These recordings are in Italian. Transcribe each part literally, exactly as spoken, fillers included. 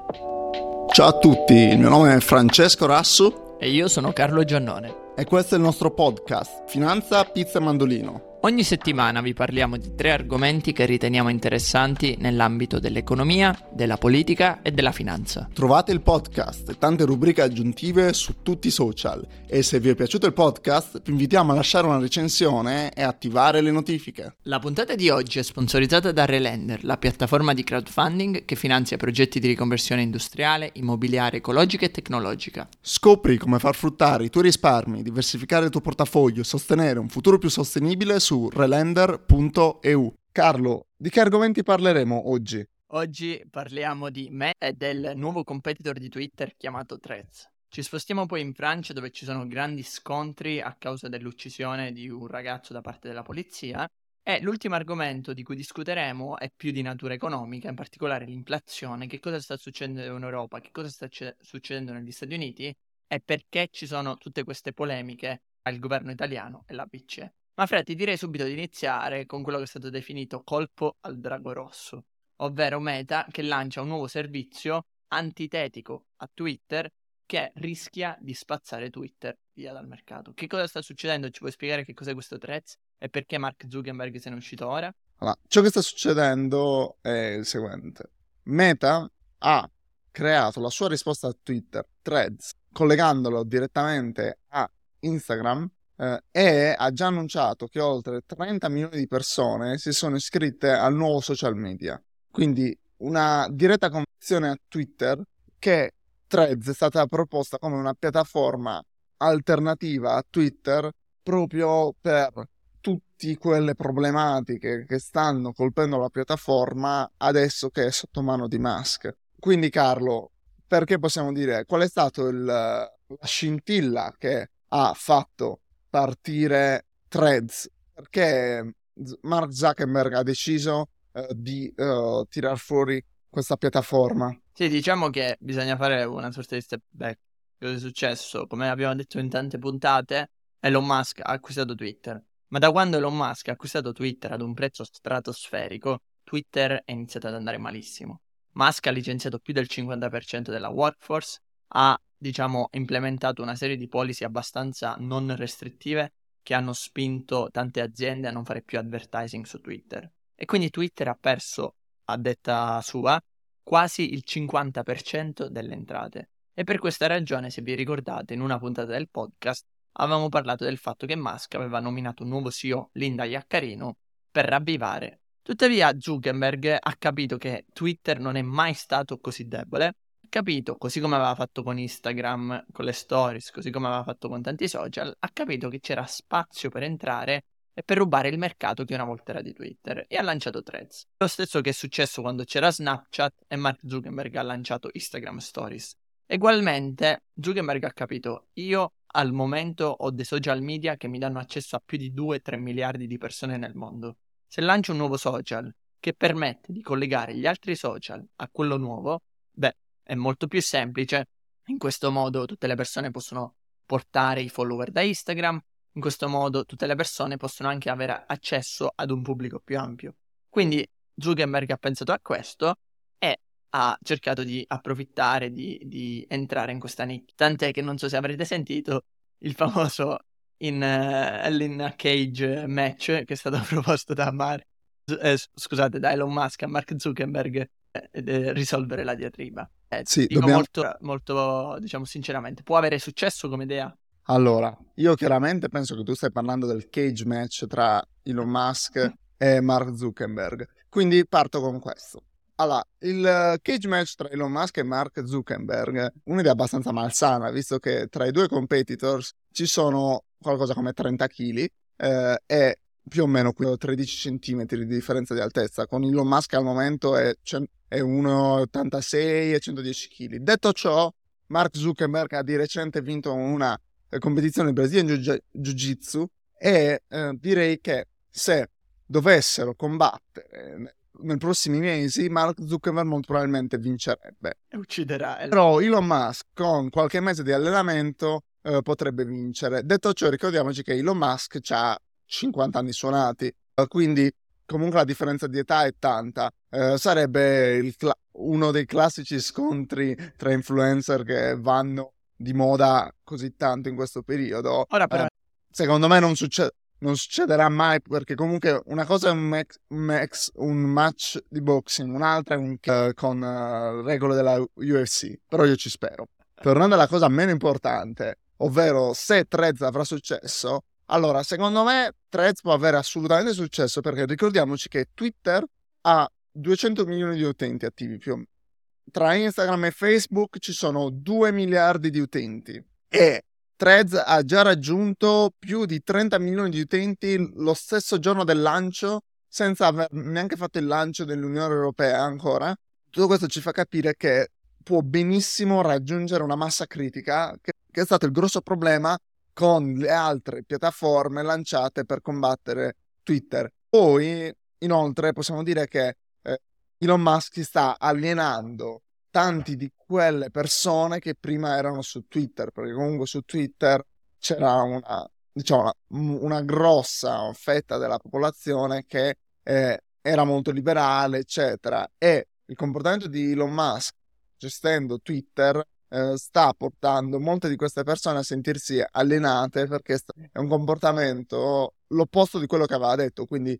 Ciao a tutti, il mio nome è Francesco Rassu e io sono Carlo Giannone e questo è il nostro podcast Finanza, Pizza e Mandolino. Ogni settimana vi parliamo di tre argomenti che riteniamo interessanti nell'ambito dell'economia, della politica e della finanza. Trovate il podcast e tante rubriche aggiuntive su tutti i social e se vi è piaciuto il podcast vi invitiamo a lasciare una recensione e attivare le notifiche. La puntata di oggi è sponsorizzata da Relender, la piattaforma di crowdfunding che finanzia progetti di riconversione industriale, immobiliare, ecologica e tecnologica. Scopri come far fruttare i tuoi risparmi, diversificare il tuo portafoglio e sostenere un futuro più sostenibile su relender punto e u. Carlo, di che argomenti parleremo oggi? Oggi parliamo di Meta e del nuovo competitor di Twitter chiamato Threads. Ci spostiamo poi in Francia dove ci sono grandi scontri a causa dell'uccisione di un ragazzo da parte della polizia e l'ultimo argomento di cui discuteremo è più di natura economica, in particolare l'inflazione, che cosa sta succedendo in Europa, che cosa sta c- succedendo negli Stati Uniti e perché ci sono tutte queste polemiche tra il governo italiano e la B C E. Ma Fred, ti direi subito di iniziare con quello che è stato definito colpo al drago rosso, ovvero Meta che lancia un nuovo servizio antitetico a Twitter che rischia di spazzare Twitter via dal mercato. Che cosa sta succedendo? Ci puoi spiegare che cos'è questo Threads e perché Mark Zuckerberg se ne è uscito ora? Allora, ciò che sta succedendo è il seguente. Meta ha creato la sua risposta a Twitter, Threads, collegandolo direttamente a Instagram eh, e ha già annunciato che oltre trenta milioni di persone si sono iscritte al nuovo social media. Quindi una diretta conversione a Twitter, che Threads è stata proposta come una piattaforma alternativa a Twitter proprio per tutte quelle problematiche che stanno colpendo la piattaforma adesso che è sotto mano di Musk. Quindi Carlo, perché possiamo dire qual è stato il, la scintilla che ha fatto partire Threads? Perché Mark Zuckerberg ha deciso uh, di uh, tirar fuori questa piattaforma? Sì, diciamo che bisogna fare una sorta di step back. Cosa è successo? Come abbiamo detto in tante puntate, Elon Musk ha acquistato Twitter. Ma da quando Elon Musk ha acquistato Twitter ad un prezzo stratosferico, Twitter è iniziato ad andare malissimo. Musk ha licenziato più del cinquanta per cento della workforce, ha, diciamo, implementato una serie di policy abbastanza non restrittive che hanno spinto tante aziende a non fare più advertising su Twitter. E quindi Twitter ha perso, a detta sua, quasi il cinquanta per cento delle entrate. E per questa ragione, se vi ricordate, in una puntata del podcast avevamo parlato del fatto che Musk aveva nominato un nuovo C E O, Linda Iaccarino, per ravvivare. Tuttavia Zuckerberg ha capito che Twitter non è mai stato così debole, ha capito, così come aveva fatto con Instagram, con le stories, così come aveva fatto con tanti social, ha capito che c'era spazio per entrare e per rubare il mercato che una volta era di Twitter, e ha lanciato Threads. Lo stesso che è successo quando c'era Snapchat e Mark Zuckerberg ha lanciato Instagram Stories. Ugualmente Zuckerberg ha capito, io al momento ho dei social media che mi danno accesso a più di due tre miliardi di persone nel mondo. Se lancio un nuovo social che permette di collegare gli altri social a quello nuovo, beh, è molto più semplice. In questo modo tutte le persone possono portare i follower da Instagram, in questo modo tutte le persone possono anche avere accesso ad un pubblico più ampio. Quindi Zuckerberg ha pensato a questo e ha cercato di approfittare, di, di entrare in questa nicchia. Tant'è che non so se avrete sentito il famoso in uh, Ellen Cage match che è stato proposto da Mar- eh, scusate, da Elon Musk a Mark Zuckerberg eh, eh, risolvere la diatriba. Eh, Sì, dico dobbiamo... molto, molto, diciamo sinceramente, può avere successo come idea? Allora, io chiaramente penso che tu stai parlando del cage match tra Elon Musk e Mark Zuckerberg, quindi parto con questo. Allora, il cage match tra Elon Musk e Mark Zuckerberg, un'idea abbastanza malsana, visto che tra i due competitors ci sono qualcosa come trenta chili eh, e più o meno tredici centimetri di differenza di altezza. Con Elon Musk al momento è, è uno virgola ottantasei e centodieci chili. Detto ciò, Mark Zuckerberg ha di recente vinto una competizione Brazilian Jiu-Jitsu e eh, direi che se dovessero combattere nei prossimi mesi Mark Zuckerberg molto probabilmente vincerebbe e ucciderà El- però Elon Musk con qualche mese di allenamento eh, potrebbe vincere. Detto ciò, ricordiamoci che Elon Musk ha cinquanta anni suonati, quindi comunque la differenza di età è tanta. Eh, sarebbe il cla- uno dei classici scontri tra influencer che vanno di moda così tanto in questo periodo. Ora però Eh, secondo me non succede. Non succederà mai, perché comunque una cosa è un, max, un, max, un match di boxing, un'altra è un uh, con uh, regole della U F C, però io ci spero. Tornando alla cosa meno importante, ovvero se Threads avrà successo, allora secondo me Threads può avere assolutamente successo, perché ricordiamoci che Twitter ha duecento milioni di utenti attivi più o meno. Tra Instagram e Facebook ci sono due miliardi di utenti e Threads ha già raggiunto più di trenta milioni di utenti lo stesso giorno del lancio, senza aver neanche fatto il lancio dell'Unione Europea ancora. Tutto questo ci fa capire che può benissimo raggiungere una massa critica, che, che è stato il grosso problema con le altre piattaforme lanciate per combattere Twitter. Poi, inoltre, possiamo dire che eh, Elon Musk si sta alienando tanti di quelle persone che prima erano su Twitter, perché comunque su Twitter c'era una, diciamo, una, una grossa fetta della popolazione che eh, era molto liberale, eccetera. E il comportamento di Elon Musk gestendo Twitter eh, sta portando molte di queste persone a sentirsi alienate, perché è un comportamento l'opposto di quello che aveva detto, quindi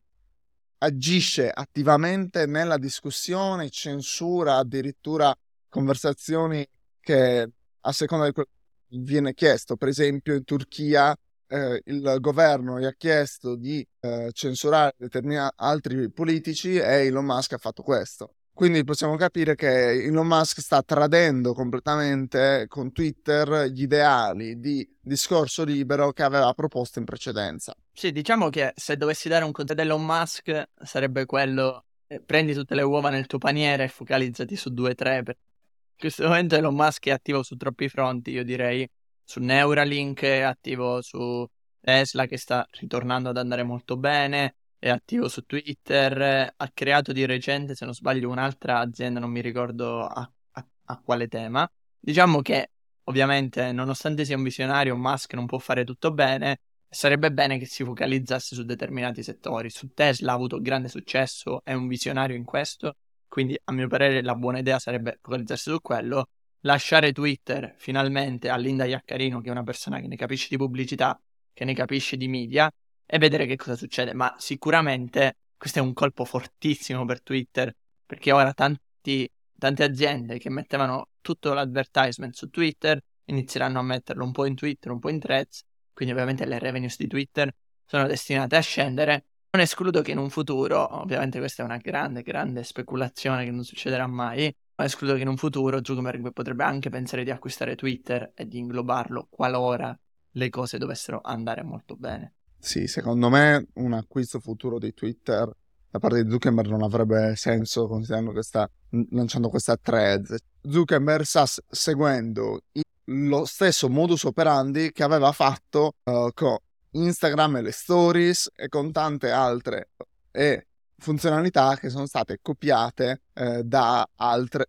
agisce attivamente nella discussione, censura addirittura conversazioni che a seconda di quello che viene chiesto. Per esempio in Turchia eh, il governo gli ha chiesto di eh, censurare determinati altri politici e Elon Musk ha fatto questo. Quindi possiamo capire che Elon Musk sta tradendo completamente con Twitter gli ideali di discorso libero che aveva proposto in precedenza. Sì, diciamo che se dovessi dare un consiglio ad Elon Musk sarebbe quello: eh, prendi tutte le uova nel tuo paniere e focalizzati su due o tre. In questo momento Elon Musk è attivo su troppi fronti, io direi su Neuralink, è attivo su Tesla che sta ritornando ad andare molto bene, è attivo su Twitter, ha creato di recente, se non sbaglio, un'altra azienda, non mi ricordo a, a, a quale tema. Diciamo che ovviamente, nonostante sia un visionario, Musk non può fare tutto bene. Sarebbe bene che si focalizzasse su determinati settori. Su Tesla ha avuto grande successo, è un visionario in questo, quindi a mio parere la buona idea sarebbe focalizzarsi su quello, lasciare Twitter finalmente a Linda Iaccarino, che è una persona che ne capisce di pubblicità, che ne capisce di media, e vedere che cosa succede. Ma sicuramente questo è un colpo fortissimo per Twitter, perché ora tanti, tante aziende che mettevano tutto l'advertisement su Twitter inizieranno a metterlo un po' in Twitter, un po' in Threads, quindi ovviamente le revenues di Twitter sono destinate a scendere. Non escludo che in un futuro, ovviamente questa è una grande, grande speculazione che non succederà mai, non escludo che in un futuro Zuckerberg potrebbe anche pensare di acquistare Twitter e di inglobarlo qualora le cose dovessero andare molto bene. Sì, secondo me un acquisto futuro di Twitter da parte di Zuckerberg non avrebbe senso, considerando che sta lanciando questa Threads. Zuckerberg sta seguendo lo stesso modus operandi che aveva fatto uh, con Instagram e le stories e con tante altre e funzionalità che sono state copiate eh, da altre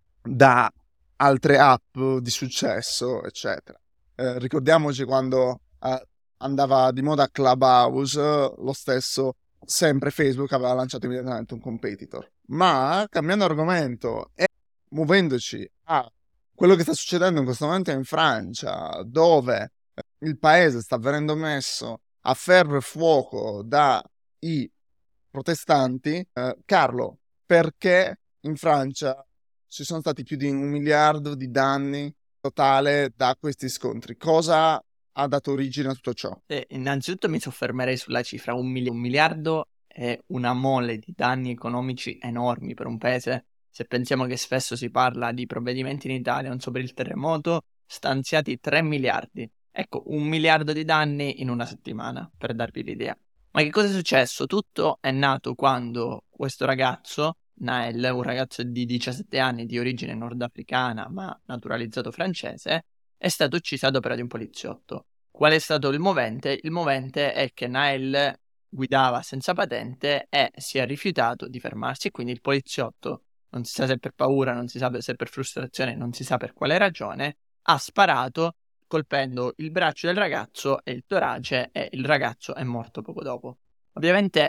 da altre app di successo, eccetera. Eh, ricordiamoci quando eh, andava di moda Clubhouse, lo stesso sempre Facebook aveva lanciato immediatamente un competitor. Ma cambiando argomento e muovendoci a quello che sta succedendo in questo momento in Francia, dove il paese sta venendo messo a ferro e fuoco dai protestanti, eh, Carlo, perché in Francia ci sono stati più di un miliardo di danni totale da questi scontri? Cosa ha dato origine a tutto ciò? E innanzitutto mi soffermerei sulla cifra, un, mili- un miliardo è una mole di danni economici enormi per un paese. Se pensiamo che spesso si parla di provvedimenti in Italia, non so, per il terremoto, stanziati tre miliardi. Ecco, un miliardo di danni in una settimana, per darvi l'idea. Ma che cosa è successo? Tutto è nato quando questo ragazzo, Nael, un ragazzo di diciassette anni di origine nordafricana ma naturalizzato francese, è stato ucciso ad opera di un poliziotto. Qual è stato il movente? Il movente è che Nael guidava senza patente e si è rifiutato di fermarsi, quindi il poliziotto, non si sa se per paura, non si sa se per frustrazione, non si sa per quale ragione, ha sparato colpendo il braccio del ragazzo e il torace, e il ragazzo è morto poco dopo. Ovviamente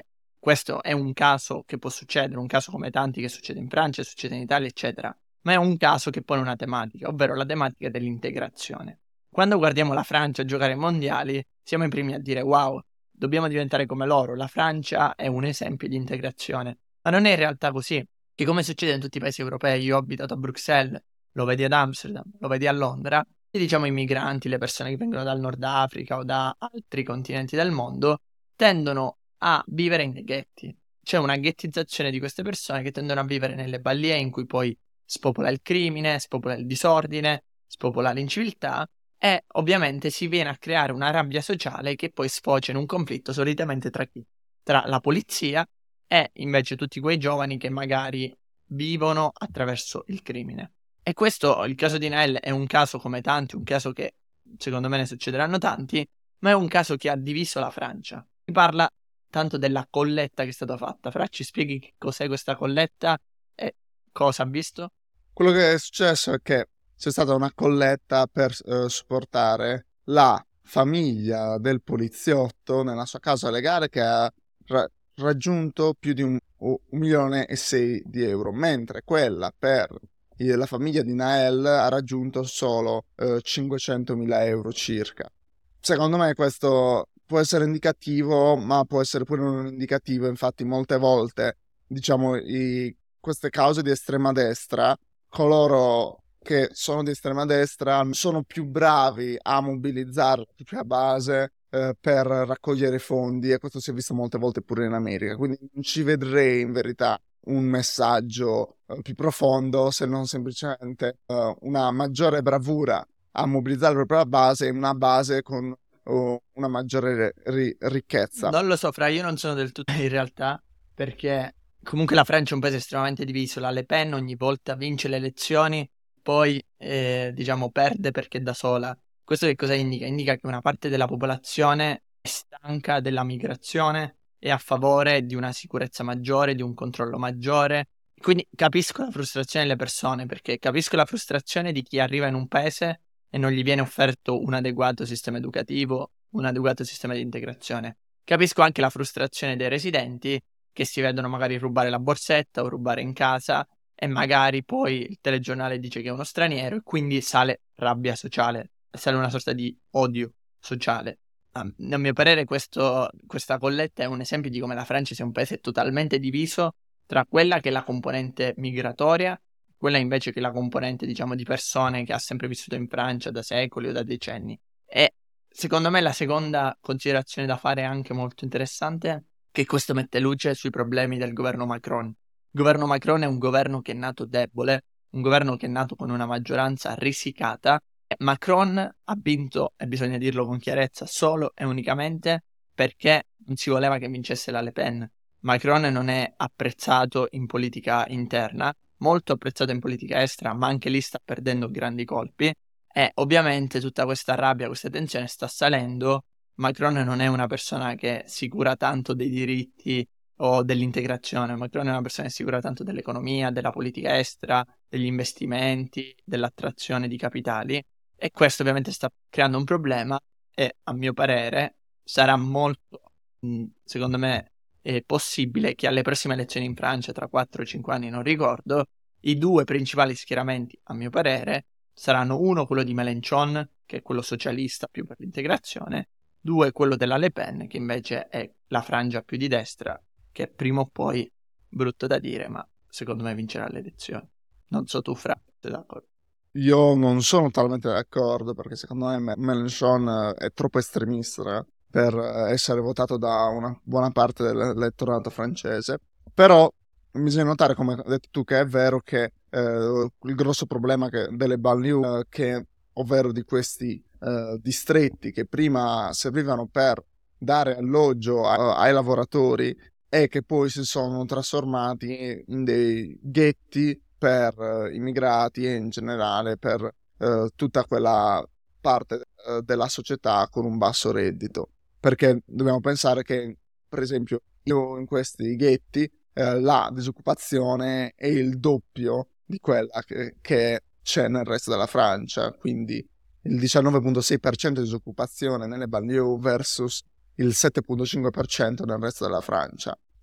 questo è un caso che può succedere, un caso come tanti che succede in Francia, succede in Italia, eccetera, ma è un caso che pone una tematica, ovvero la tematica dell'integrazione. Quando guardiamo la Francia giocare ai mondiali, siamo i primi a dire wow, dobbiamo diventare come loro, la Francia è un esempio di integrazione. Ma non è in realtà così, che come succede in tutti i paesi europei, io ho abitato a Bruxelles, lo vedi ad Amsterdam, lo vedi a Londra, e diciamo i migranti, le persone che vengono dal Nord Africa o da altri continenti del mondo, tendono a vivere in dei ghetti. C'è una ghettizzazione di queste persone che tendono a vivere nelle ballie in cui poi spopola il crimine, spopola il disordine, spopola l'inciviltà e ovviamente si viene a creare una rabbia sociale che poi sfocia in un conflitto solitamente tra chi? Tra la polizia e invece tutti quei giovani che magari vivono attraverso il crimine. E questo, il caso di Nael, è un caso come tanti, un caso che secondo me ne succederanno tanti, ma è un caso che ha diviso la Francia. Si parla tanto della colletta che è stata fatta. Fra, ci spieghi che cos'è questa colletta e cosa ha visto? Quello che è successo è che c'è stata una colletta per eh, supportare la famiglia del poliziotto nella sua causa legale che ha ra- raggiunto più di un, un milione e sei di euro, mentre quella per la famiglia di Nael ha raggiunto solo eh, cinquecentomila euro circa. Secondo me questo può essere indicativo, ma può essere pure non indicativo. Infatti molte volte, diciamo, i, queste cause di estrema destra, coloro che sono di estrema destra sono più bravi a mobilizzare la propria base eh, per raccogliere fondi, e questo si è visto molte volte pure in America. Quindi non ci vedrei in verità un messaggio eh, più profondo, se non semplicemente eh, una maggiore bravura a mobilizzare la propria base, una base con uh, una maggiore ri- ricchezza. Non lo so, Fra, io non sono del tutto in realtà, perché comunque la Francia è un paese estremamente diviso. La Le Pen ogni volta vince le elezioni, poi eh, diciamo perde perché è da sola. Questo che cosa indica? Indica che una parte della popolazione è stanca della migrazione, è a favore di una sicurezza maggiore, di un controllo maggiore. Quindi capisco la frustrazione delle persone, perché capisco la frustrazione di chi arriva in un paese e non gli viene offerto un adeguato sistema educativo, un adeguato sistema di integrazione. Capisco anche la frustrazione dei residenti che si vedono magari rubare la borsetta o rubare in casa e magari poi il telegiornale dice che è uno straniero e quindi sale rabbia sociale, sale una sorta di odio sociale. A mio parere questo, questa colletta è un esempio di come la Francia sia un paese totalmente diviso tra quella che è la componente migratoria, quella invece che è la componente, diciamo, di persone che ha sempre vissuto in Francia da secoli o da decenni. E secondo me la seconda considerazione da fare, anche molto interessante, è che questo mette luce sui problemi del governo Macron. Il governo Macron è un governo che è nato debole, un governo che è nato con una maggioranza risicata. E Macron ha vinto, e bisogna dirlo con chiarezza, solo e unicamente perché non si voleva che vincesse la Le Pen. Macron non è apprezzato in politica interna, molto apprezzato in politica estera, ma anche lì sta perdendo grandi colpi. E ovviamente tutta questa rabbia, questa tensione sta salendo. Macron non è una persona che si cura tanto dei diritti o dell'integrazione. Macron è una persona che si cura tanto dell'economia, della politica estera, degli investimenti, dell'attrazione di capitali. E questo ovviamente sta creando un problema e, a mio parere, sarà molto, secondo me, è possibile che alle prossime elezioni in Francia, tra quattro o cinque anni, non ricordo, i due principali schieramenti, a mio parere, saranno uno quello di Mélenchon, che è quello socialista più per l'integrazione, due quello della Le Pen, che invece è la frangia più di destra, che prima o poi, brutto da dire, ma secondo me vincerà le elezioni. Non so tu, Fra, sei d'accordo? Io non sono totalmente d'accordo, perché secondo me Mélenchon è troppo estremista per essere votato da una buona parte dell'elettorato francese. Però bisogna notare, come hai detto tu, che è vero che eh, il grosso problema che, delle banlieue, eh, che, ovvero di questi eh, distretti che prima servivano per dare alloggio a, ai lavoratori, e che poi si sono trasformati in dei ghetti per uh, immigrati e in generale per uh, tutta quella parte uh, della società con un basso reddito. Perché dobbiamo pensare che, per esempio, io in questi ghetti uh, la disoccupazione è il doppio di quella che, che c'è nel resto della Francia, quindi il diciannove virgola sei per cento di disoccupazione nelle banlieue versus il sette virgola cinque per cento nel resto della Francia.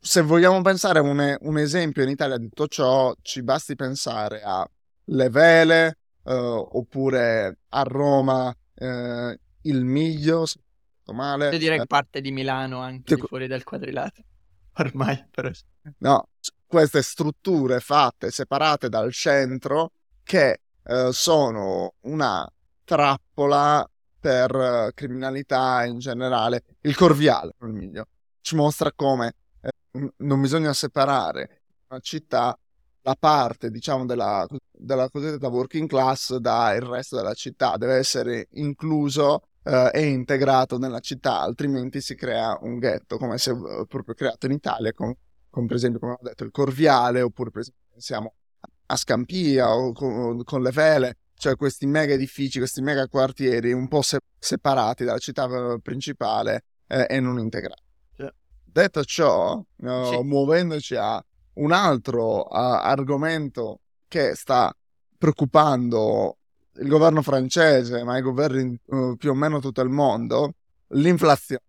se vogliamo pensare a un, un esempio in Italia di tutto ciò, ci basti pensare a Le Vele, eh, oppure a Roma eh, il Miglio, se non sto male. Io direi Eh, parte di Milano, anche di fuori dal Quadrilatero. Ormai, però. No, queste strutture fatte, separate dal centro, che eh, sono una trappola per eh, criminalità in generale. Il Corviale, il Miglio, ci mostra come eh, n- non bisogna separare una città, la parte, diciamo, della, della cosiddetta working class dal resto della città. Deve essere incluso eh, e integrato nella città, altrimenti si crea un ghetto, come si è eh, proprio creato in Italia con come per esempio, come ho detto, il Corviale, oppure per esempio pensiamo a Scampia o con, con Le Vele, cioè questi mega edifici, questi mega quartieri un po' se- separati dalla città eh, principale eh, e non integrati. Sì. Detto ciò, eh, Sì. muovendoci a un altro uh, argomento che sta preoccupando il governo francese, ma i governi uh, più o meno tutto il mondo, l'inflazione.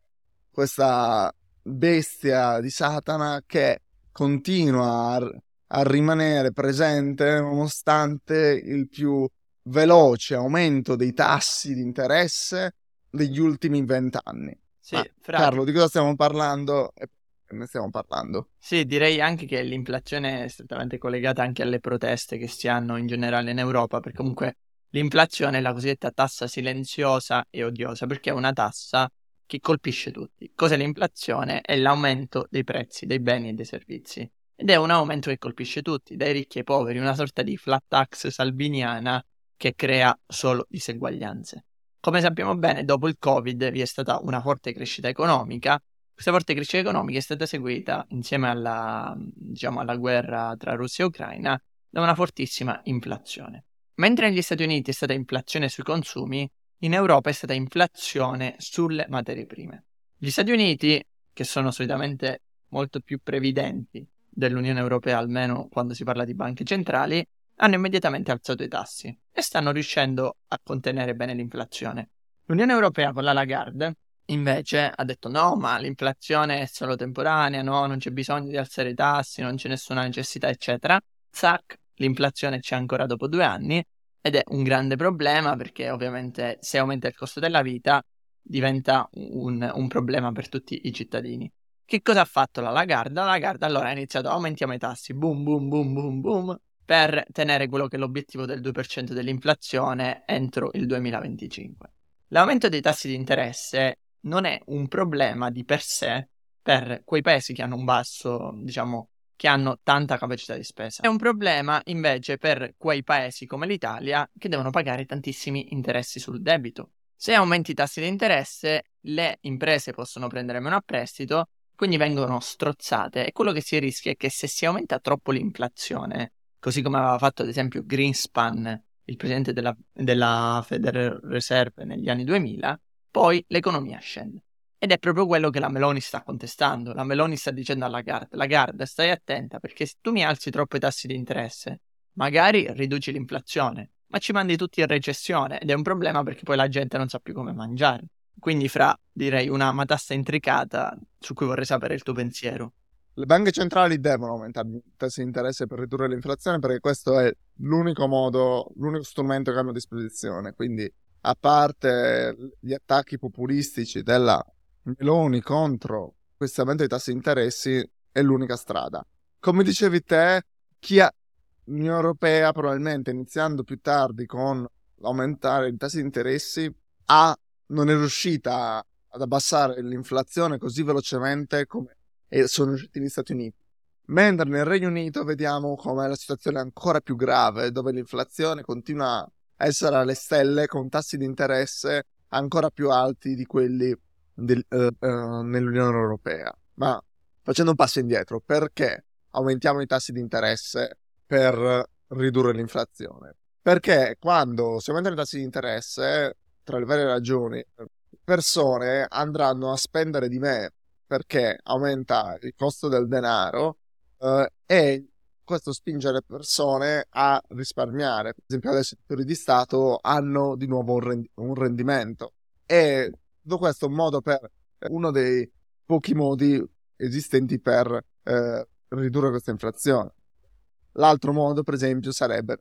Questa bestia di Satana che continua a, a rimanere presente nonostante il più veloce aumento dei tassi di interesse degli ultimi vent'anni. Sì, Ma fra... Carlo, di cosa stiamo parlando? E ne stiamo parlando? Sì, direi anche che l'inflazione è strettamente collegata anche alle proteste che si hanno in generale in Europa, perché comunque l'inflazione è la cosiddetta tassa silenziosa e odiosa, perché è una tassa che colpisce tutti. Cos'è l'inflazione? È l'aumento dei prezzi dei beni e dei servizi. Ed è un aumento che colpisce tutti, dai ricchi ai poveri, una sorta di flat tax salviniana che crea solo diseguaglianze. Come sappiamo bene, dopo il Covid vi è stata una forte crescita economica. Questa forte crescita economica è stata seguita, insieme alla, diciamo, alla guerra tra Russia e Ucraina, da una fortissima inflazione. Mentre negli Stati Uniti è stata inflazione sui consumi, in Europa è stata inflazione sulle materie prime. Gli Stati Uniti, che sono solitamente molto più previdenti dell'Unione Europea, almeno quando si parla di banche centrali, hanno immediatamente alzato i tassi e stanno riuscendo a contenere bene l'inflazione. L'Unione Europea con la Lagarde invece ha detto no, ma l'inflazione è solo temporanea, no, non c'è bisogno di alzare i tassi, non c'è nessuna necessità, eccetera. Zac, l'inflazione c'è ancora dopo due anni ed è un grande problema perché ovviamente se aumenta il costo della vita diventa un, un problema per tutti i cittadini. Che cosa ha fatto la Lagarde? La Lagarde allora ha iniziato, aumentiamo i tassi, boom, boom, boom, boom, boom, per tenere quello che è l'obiettivo del due per cento dell'inflazione entro il duemilaventicinque. L'aumento dei tassi di interesse non è un problema di per sé per quei paesi che hanno un basso, diciamo, che hanno tanta capacità di spesa. È un problema invece per quei paesi come l'Italia che devono pagare tantissimi interessi sul debito. Se aumenti i tassi di interesse, le imprese possono prendere meno a prestito, quindi vengono strozzate e quello che si rischia è che se si aumenta troppo l'inflazione, così come aveva fatto ad esempio Greenspan, il presidente della, della Federal Reserve negli anni duemila, poi l'economia scende. Ed è proprio quello che la Meloni sta contestando. La Meloni sta dicendo alla Lagarde, Lagarde, stai attenta perché se tu mi alzi troppo i tassi di interesse, magari riduci l'inflazione, ma ci mandi tutti in recessione ed è un problema perché poi la gente non sa più come mangiare. Quindi fra, direi, una matassa intricata su cui vorrei sapere il tuo pensiero. Le banche centrali devono aumentare i tassi di interesse per ridurre l'inflazione perché questo è l'unico modo, l'unico strumento che hanno a disposizione. Quindi, a parte gli attacchi populistici della Meloni contro questo aumento dei tassi di interessi, è l'unica strada. Come dicevi te, chi ha l'Unione Europea, probabilmente iniziando più tardi con l'aumentare i tassi di interessi, ha, non è riuscita ad abbassare l'inflazione così velocemente come e sono usciti gli Stati Uniti. Mentre nel Regno Unito vediamo come la situazione è ancora più grave, dove l'inflazione continua a essere alle stelle con tassi di interesse ancora più alti di quelli del, uh, uh, nell'Unione Europea. Ma facendo un passo indietro, perché aumentiamo i tassi di interesse per ridurre l'inflazione? Perché quando si aumentano i tassi di interesse, tra le varie ragioni, persone andranno a spendere di meno perché aumenta il costo del denaro eh, e questo spinge le persone a risparmiare. Per esempio adesso i titoli di Stato hanno di nuovo un, rendi- un rendimento e tutto questo è un modo per uno dei pochi modi esistenti per eh, ridurre questa inflazione. L'altro modo, per esempio, sarebbe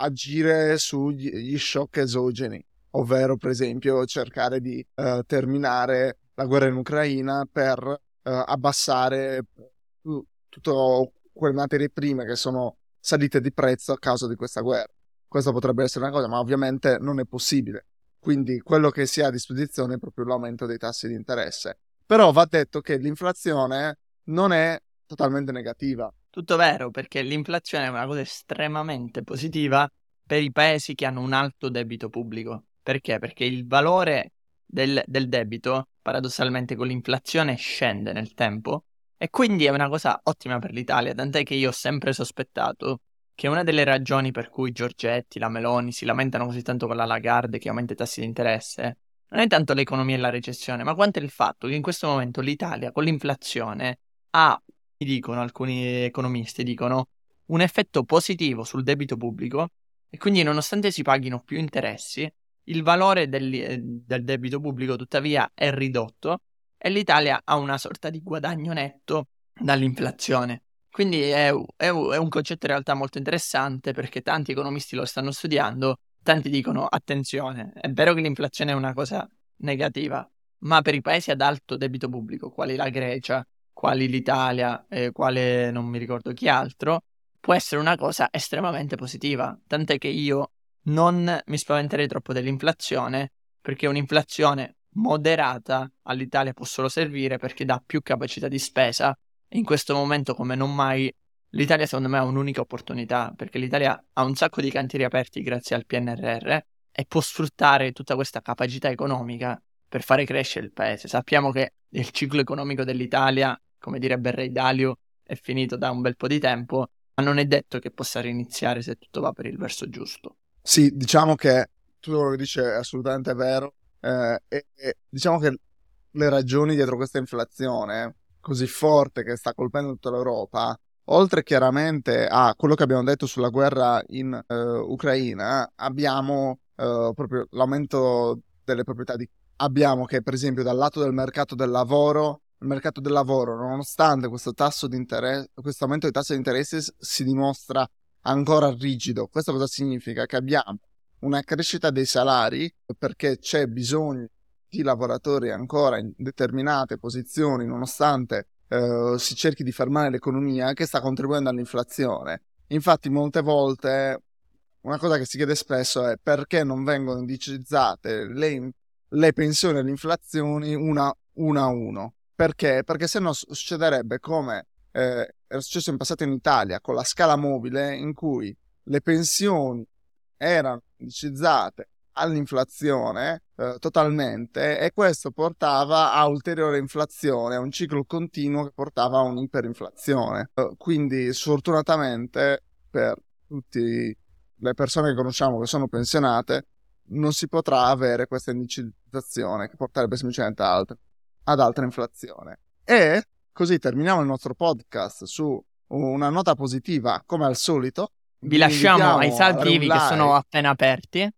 agire sugli shock esogeni, ovvero, per esempio, cercare di eh, terminare la guerra in Ucraina per eh, abbassare uh, tutte quelle materie prime che sono salite di prezzo a causa di questa guerra. Questa potrebbe essere una cosa, ma ovviamente non è possibile. Quindi quello che si ha a disposizione è proprio l'aumento dei tassi di interesse. Però va detto che l'inflazione non è totalmente negativa. Tutto vero, perché l'inflazione è una cosa estremamente positiva per i paesi che hanno un alto debito pubblico. Perché? Perché il valore del, del debito, paradossalmente con l'inflazione, scende nel tempo e quindi è una cosa ottima per l'Italia, tant'è che io ho sempre sospettato che una delle ragioni per cui Giorgetti, la Meloni si lamentano così tanto con la Lagarde che aumenta i tassi di interesse non è tanto l'economia e la recessione, ma quanto è il fatto che in questo momento l'Italia con l'inflazione ha, dicono alcuni economisti, dicono un effetto positivo sul debito pubblico e quindi nonostante si paghino più interessi, il valore del, eh, del debito pubblico tuttavia è ridotto e l'Italia ha una sorta di guadagno netto dall'inflazione. Quindi è, è, è un concetto in realtà molto interessante perché tanti economisti lo stanno studiando, tanti dicono attenzione, è vero che l'inflazione è una cosa negativa, ma per i paesi ad alto debito pubblico, quali la Grecia, quali l'Italia, eh, quale non mi ricordo chi altro, può essere una cosa estremamente positiva. Tant'è che io non mi spaventerei troppo dell'inflazione, perché un'inflazione moderata all'Italia può solo servire perché dà più capacità di spesa. E in questo momento, come non mai, l'Italia secondo me ha un'unica opportunità, perché l'Italia ha un sacco di cantieri aperti grazie al P N R R e può sfruttare tutta questa capacità economica per fare crescere il paese. Sappiamo che il ciclo economico dell'Italia, come direbbe il Re Dalio, è finito da un bel po' di tempo, ma non è detto che possa riniziare se tutto va per il verso giusto. Sì, diciamo che tutto quello che dice è assolutamente vero, eh, e, e diciamo che le ragioni dietro questa inflazione così forte che sta colpendo tutta l'Europa, oltre chiaramente a quello che abbiamo detto sulla guerra in eh, Ucraina, abbiamo eh, proprio l'aumento delle proprietà di... Abbiamo che, per esempio, dal lato del mercato del lavoro, il mercato del lavoro, nonostante questo tasso di interesse, questo aumento di tasso di interesse, si dimostra ancora rigido. Questo cosa significa? Che abbiamo una crescita dei salari perché c'è bisogno di lavoratori ancora in determinate posizioni, nonostante eh, si cerchi di fermare l'economia, che sta contribuendo all'inflazione. Infatti molte volte una cosa che si chiede spesso è perché non vengono indicizzate le, le pensioni e le inflazioni una, una a uno. Perché? Perché se no succederebbe come eh, era successo in passato in Italia con la scala mobile, in cui le pensioni erano indicizzate all'inflazione eh, totalmente, e questo portava a ulteriore inflazione, a un ciclo continuo che portava a un'iperinflazione. Eh, quindi sfortunatamente per tutte le persone che conosciamo che sono pensionate non si potrà avere questa indicizzazione che porterebbe semplicemente ad altra, ad altra inflazione. E così terminiamo il nostro podcast su una nota positiva come al solito. Vi lasciamo ai invitiamo a dare un saltivi che sono like appena aperti.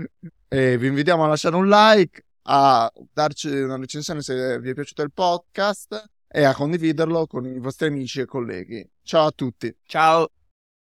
e vi invitiamo a lasciare un like, a darci una recensione se vi è piaciuto il podcast e a condividerlo con i vostri amici e colleghi. Ciao a tutti. Ciao!